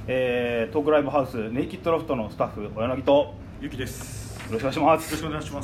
トークライブハウスネイキッドロフトのスタッフ小柳とゆきです。 よろしくお願いします。 よろしくお願いします。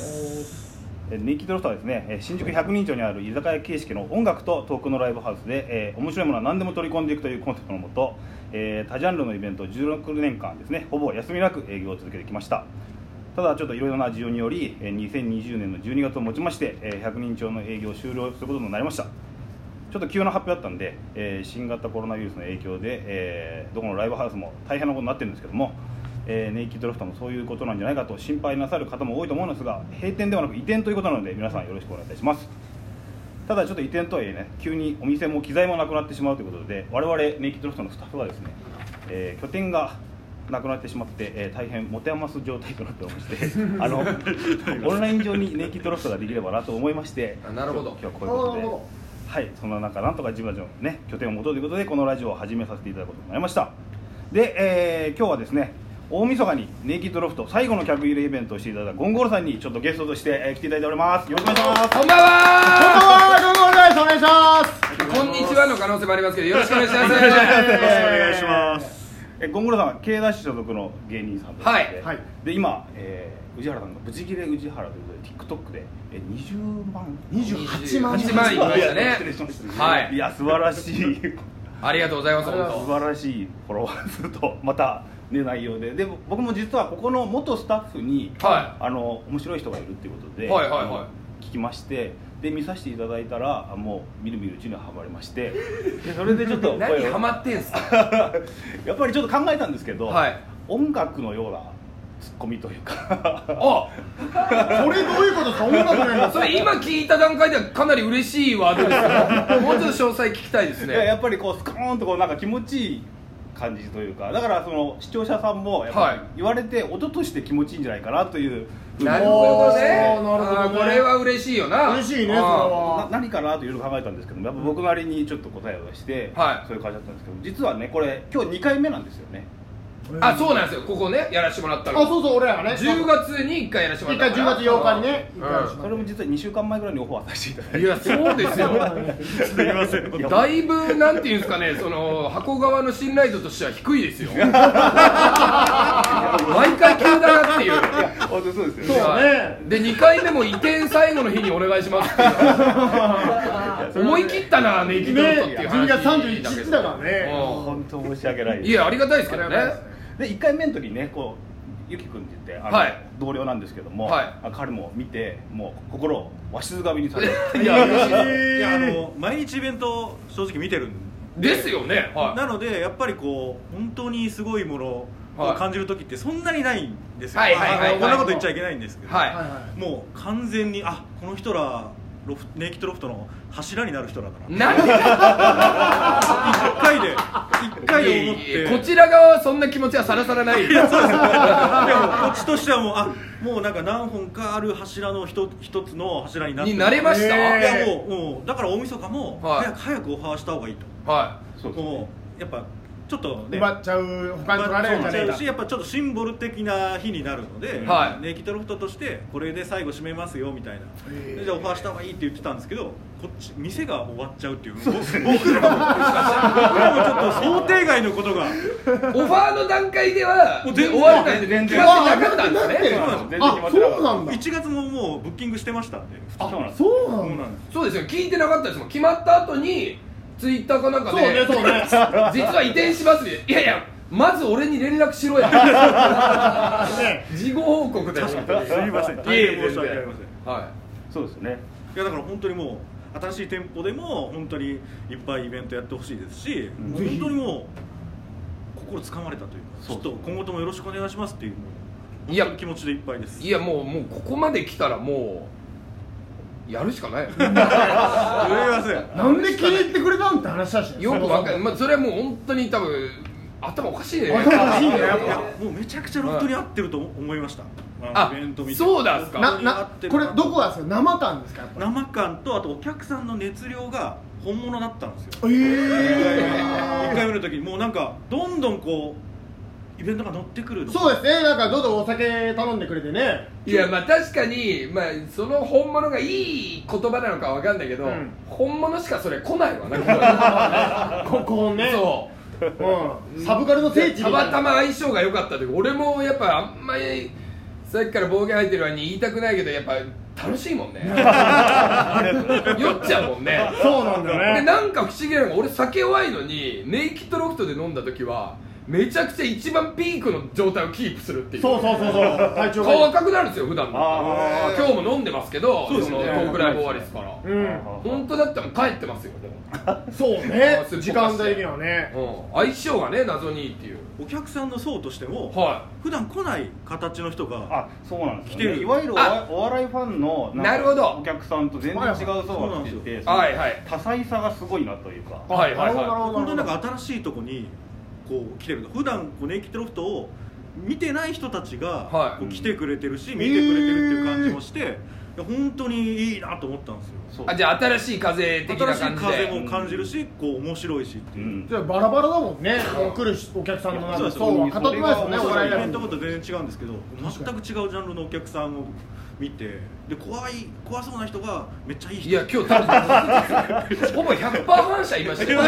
ネイキッドロフトはですね、新宿百人町にある居酒屋形式の音楽とトークのライブハウスで、面白いものは何でも取り込んでいくというコンセプトのもと、多ジャンルのイベントを16年間ですね、ほぼ休みなく営業を続けてきました。ただちょっといろいろな事情により、2020年の12月をもちまして、百人町の営業を終了することになりました。ちょっと急な発表だったんで、新型コロナウイルスの影響で、どこのライブハウスも大変なことになってるんですけども、ネイキッドロフトもそういうことなんじゃないかと心配なさる方も多いと思うんですが、閉店ではなく移転ということなので皆さんよろしくお願いいたします。ただちょっと移転とはいえね、急にお店も機材もなくなってしまうということで、我々ネイキッドロフトのスタッフはですね、拠点がなくなってしまって、大変持て余す状態となっておりましてオンライン上にネイキッドロフトができればなと思いまして、 なるほど、 今日はこういうことで、はい、そんな中なんとか自分たちの、ね、拠点を持とうということでこのラジオを始めさせていただくことになりました。で、今日はですね、大晦日にネイキッドロフト最後の客入れイベントをしていただいたゴンゴールさんにちょっとゲストとして、来ていただいております。よろしくお願いします。 こんばんは。ゴンゴールです。お願いします。 こんにちはの可能性もありますけど、よろしくお願いします。 よろしくお願いします。 ゴンゴールさんは K ダッシュ所属の芸人さんということで、 はい、 で今、宇治原さんがブチギレ宇治原ということで TikTok で28万いきましたね。 はい、いや素晴らしいありがとうございます。 素晴らしいフォロワー数とまた、ね、内容で僕も実はここの元スタッフに、はい、面白い人がいるっていうことで、はいはいはい、聞きまして、で見させていただいたらもうみるみるうちにはまりまして、でそれでちょっと何ハマってんすかやっぱりちょっと考えたんですけど、 はい、音楽のようなツッコミというかあそれどういうことですか。音楽なんだ。 それ今聞いた段階ではかなり嬉しいワードですよもうちょっと詳細聞きたいですね。 やっぱりこうスコーンとこうなんか気持ちいい感じというか、だからその視聴者さんもやっぱり言われて音として気持ちいいんじゃないかなという。 なるほどね。これは嬉しいよな。 嬉しいね。それは何かなというのを考えたんですけども、やっぱ僕なりにちょっと答えを出して、そういう感じだったんですけど、実はねこれ今日2回目なんですよね。 あ、そうなんですよ。ここねやらせてもらったの。 あ、そうそう、俺らがね 10月に1回やらせてもらった。 1回10月8日にね、 それも実は2週間前ぐらいにオファーさせていただいて。 いやそうですよすみません。 だいぶなんていうんですかね、その箱側の信頼度としては低いですよ毎回急だなっていう。 本当そうですよね。 そうね。 で2回目も移転最後の日にお願いしますっていう思い切ったなネイキッドロフトっていう話 12月31日だからね。 本当申し訳ないです。 いやありがたいですけどね。 で1回目の時にね、こうゆきくんって言ってはい、 同僚なんですけども、 はい、 彼も見てもう心をわしづかみにされていや毎日イベント正直見てるんですよね、 はい、なのでやっぱりこう本当にすごいものを感じる時ってそんなにないんですよ。こんなこと言っちゃいけないんですけど、もう完全にこの人らネイキッドロフトの柱になる人だからなんで 1回で思って、 こちら側はそんな気持ちはさらさらない。 いやそうですでもこっちとしてはもうなんか何本かある柱の一つの柱になってなれました。 いやもうだから大晦日も早くオファーした方がいいと。 はい、 もうやっぱちょっとね奪っちゃう、他に取られるんじゃないかし、やっぱちょっとシンボル的な日になるので、 はい、 ネイキッドロフトとしてこれで最後締めますよみたいな、じゃあオファーした方がいいって言ってたんですけど、こっち店が終わっちゃうっていう僕らもちょっと想定外のことがオファーの段階では終わりなんで全然決まってなかったんですね。 そうなんだ。 1月ももうブッキングしてましたんで。 そうなんだ。 そうですよ、聞いてなかったですもん。決まった後にツイッターかなんかで、 そうね実は移転しますね。いやいや、まず俺に連絡しろや事後報告で。すいません、大変申し訳ありません。 はい、 そうですね。 いやだから本当にもう新しい店舗でも本当にいっぱいイベントやってほしいですし、本当にもう心つかまれたというか、ちょっと今後ともよろしくお願いしますっていう本当に気持ちでいっぱいです。 いやもうここまで来たらもうやるしかない。 なんで気に入ってくれたんって話だし、 よくわかる。それはもう本当に多分頭おかしいね。 頭おかしいね。やっぱもうめちゃくちゃロフトに合ってると思いました。イベント見て。 そうなんですか。 これどこがですか。生感ですか。 生感とあとお客さんの熱量が本物だったんですよ。1回目の時にもうなんかどんどんこうイベントが乗ってくる。 そうですね。なんかどんどんお酒頼んでくれてね。 いやまあ確かにその本物がいい言葉なのかわかんないけど、本物しかそれ来ないわなここね。 そサブカルの聖地みたいな。 たまたま相性が良かったというか、俺もやっぱあんまりさっきから暴言入ってる割に言いたくないけど、やっぱ楽しいもんね酔っちゃうもんね。 そうなんだよね。 でなんか不思議なのが、俺酒弱いのにネイキッドロフトで飲んだ時はめちゃくちゃ一番ピークの状態をキープするっていう。 そう体調が顔赤くなるんですよ普段の。今日も飲んでますけど、そのトークライブ終わりですから。本当だったら帰ってますよ。 そうね、時間帯的にはね、 相性がね謎にいいっていう。 お客さんの層としても、普段来ない形の人がそうなんですよね。いわゆるお笑いファンのなるほどお客さんと全然違う層が来てて、多彩さがすごいなというか。 本当になんか新しいとこにこう来てる。普段こうネイキッドロフトを見てない人たちがこう来てくれてるし、見てくれてるっていう感じもして、本当にいいなと思ったんですよ。 じゃあ新しい風的な感じで、 新しい風も感じるし、こう面白いしっていう。 じゃあバラバラだもんね、来るお客さんの中で。そうは語ってないですよね、お笑いライブ。 イベントごと全然違うんですけど、全く違うジャンルのお客さんを見て、で怖そうな人がめっちゃいい人。 いや今日ほぼ 100% 反射いましたよ。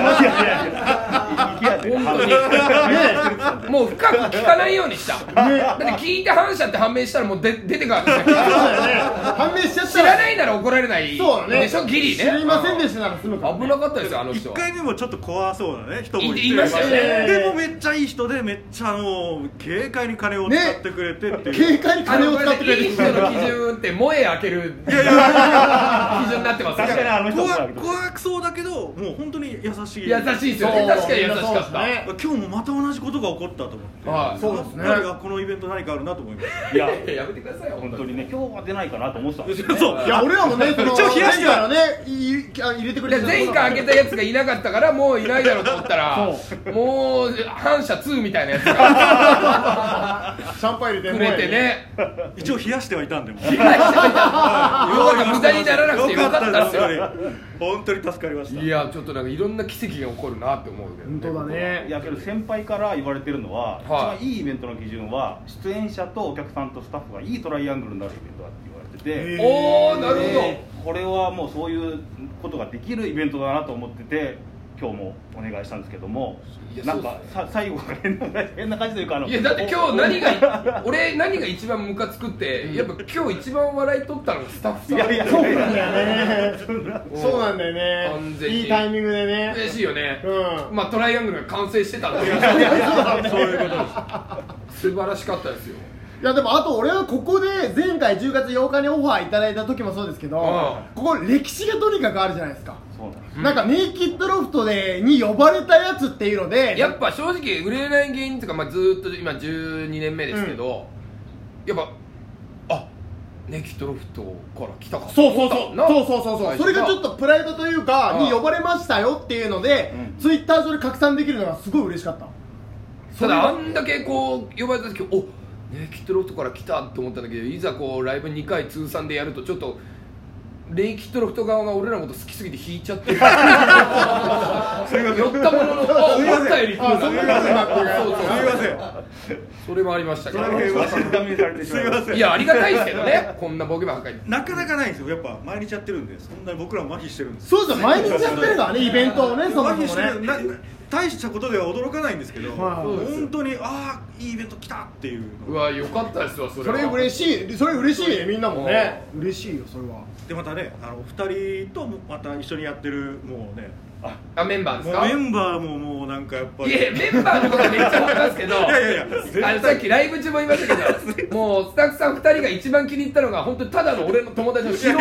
本当にもう深く聞かないようにした。だって聞いて反射って判明したらもう出てから判明しちゃったら知らないなら怒られないでしょ、ギリね。 知りませんでしたなら済むから。 危なかったですよ、あの人。 1回目もちょっと怖そうなね人もいましたよね。 でもめっちゃいい人で、めっちゃ軽快に金を使ってくれてっていう。 軽快に金を使ってくれて。 いい人の基準って萌え開ける基準になってます。 確かにあの人怖くそうだけど、もう本当に優しい。 優しいですよね。確かに優しかった。 今日もまた同じことが起こったと思って。 そうですね。 このイベント何かあるなと思います。 いややめてくださいよ本当にね。今日は出ないかなと思ってたんですよ。 そういや俺らもね、一応冷やしてはね入れてくれて。 前回開けたやつがいなかったからもういないだろうと思ったら、もう反射2みたいなやつがシャンパン入れてくれてね。 一応冷やしてはいたんでも。 無駄にならなくてよかったですよ。 本当に助かりました。 いやちょっとなんかいろんな奇跡が起こるなって思うけど。 本当だね。 いやけど先輩から言われてるのは、一番いいイベントの基準は出演者とお客さんとスタッフがいいトライアングルになるイベントだって言われてて。 おおなるほど。 これはもうそういうことができるイベントだなと思ってて、今日もお願いしたんですけども、なんか最後が変な感じというか、 いやだって今日俺何が一番ムカつくって、やっぱ今日一番笑い取ったのがスタッフさん。 そうなんだよね。そうなんだよね。完全にいいタイミングでね。 嬉しいよね。まあトライアングルが完成してたんだけど、そういうことです。素晴らしかったですよ。 いやでもあと俺はここで前回10月8日にオファーいただいた時もそうですけど、ここ歴史がとにかくあるじゃないですか。なんかネイキッドロフトに呼ばれたやつっていうので、 やっぱ正直売れない芸人とか、ずーっと今12年目ですけど、やっぱネイキッドロフトから来たか。 そうそれがちょっとプライドというかに呼ばれましたよっていうので、ツイッター上で拡散できるのがすごい嬉しかった。 ただあんだけこう呼ばれた時、ネイキッドロフトから来たって思ったんだけど、いざこうライブ2回通算でやるとちょっとネイキッドロフト側が俺らのこと好きすぎて引いちゃって寄ったものの思ったより来るな。 すみません。 それもありましたけど。 すみません。 いやありがたいですけどね、こんなボケばっかり。 なかなかないんですよ。やっぱ毎日やってるんで、そんなに僕らも麻痺してるんです。 そうですよ、毎日やってるからね、イベントをね。 麻痺してる。大したことでは驚かないんですけど、本当にいいイベント来たっていう。 うわ良かったですわ。 それ嬉しい。それ嬉しいね、みんなもね。嬉しいよそれは。 でまたね、2人とまた一緒にやってるもうね、 メンバーですか。 メンバーもうなんかやっぱり、 いやメンバーのことめっちゃ思いますけど、いやさっきライブ中も言いましたけど、もうスタッフさん2人が一番気に入ったのが本当にただの俺の友達の素人。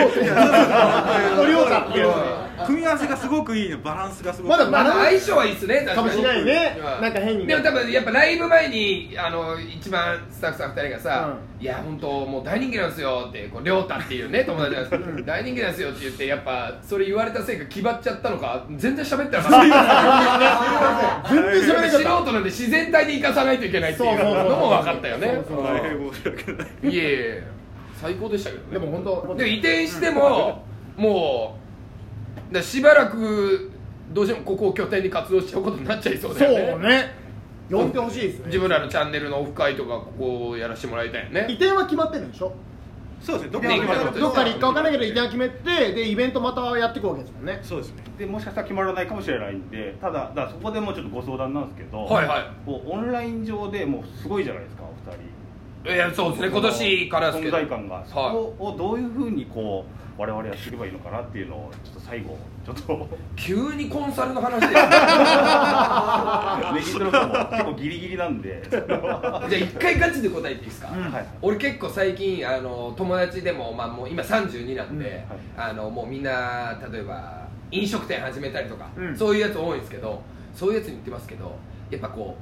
組み合わせがすごくいいの、バランスがすごく。 まだ相性はいいですね。 かもしれないね。なんか変に。 でも多分やっぱライブ前に一番スタッフさん2人がさ、いや本当もう大人気なんですよってこう亮太っていうね友達なんですけど、大人気なんですよって言って、やっぱそれ言われたせいか気張っちゃったのか全然喋ってなかった。全然喋れなかった。素人なんで自然体で生かさないといけないっていうのも分かったよね。いえ最高でしたけどね。 でも本当で移転してももうしばらくどうしてもここを拠点に活動しちゃうことになっちゃいそうだよね。 そうね、呼んでほしいですね。 自分らのチャンネルのオフ会とかここをやらせてもらいたいよね。 移転は決まってるんでしょ。 そうですね、どっかに行くか分からないけど移転決めて、でイベントまたやっていくわけですもんね。 そうですね。 でもしかしたら決まらないかもしれないんで、ただそこでもうちょっとご相談なんですけど、 はいはい、 もうオンライン上でもうすごいじゃないですか、お二人。 そうですね、今年からですけど存在感が、そこをどういうふうにこう我々やっていけばいいのかなっていうのをちょっと最後ちょっと急にコンサルの話ですね。 ネギトロフも結構ギリギリなんでじゃあ一回ガチで答えていいですか、俺結構最近友達でも、もう今32なんで、もうみんな例えば飲食店始めたりとか、そういうやつ多いんですけど、そういうやつに言ってますけど、やっぱこ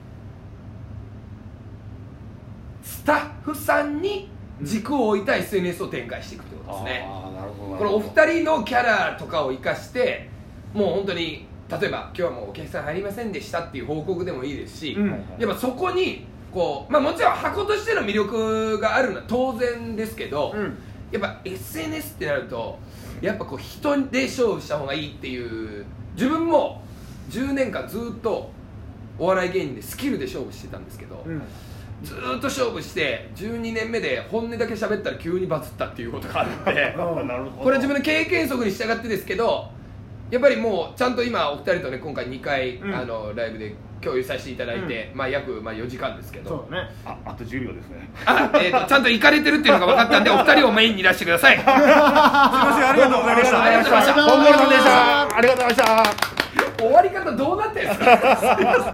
うスタッフさんに軸を置いた SNS を展開していくってことですね。これお二人のキャラとかを生かして、もう本当に例えば今日はもうお客さん入りませんでしたっていう報告でもいいですし、やっぱそこにこう、もちろん箱としての魅力があるのは当然ですけど、やっぱ SNS ってなるとやっぱこう人で勝負した方がいいっていう、自分も10年間ずっとお笑い芸人でスキルで勝負してたんですけど、ずーっと勝負して12年目で本音だけ喋ったら急にバズったっていうことがあるんでこれは自分の経験則に従ってですけど、やっぱりもうちゃんと今お二人とね今回2回、ライブで共有させていただいて、約4時間ですけど、 そうね、あと10秒ですね。 ちゃんと行かれてるっていうのが分かったんでお二人をメインに出してください。すいません、 ありがとうございました。 ありがとうございました。 本物さんでした。ありがとうございました。 終わり方どうなってんですか。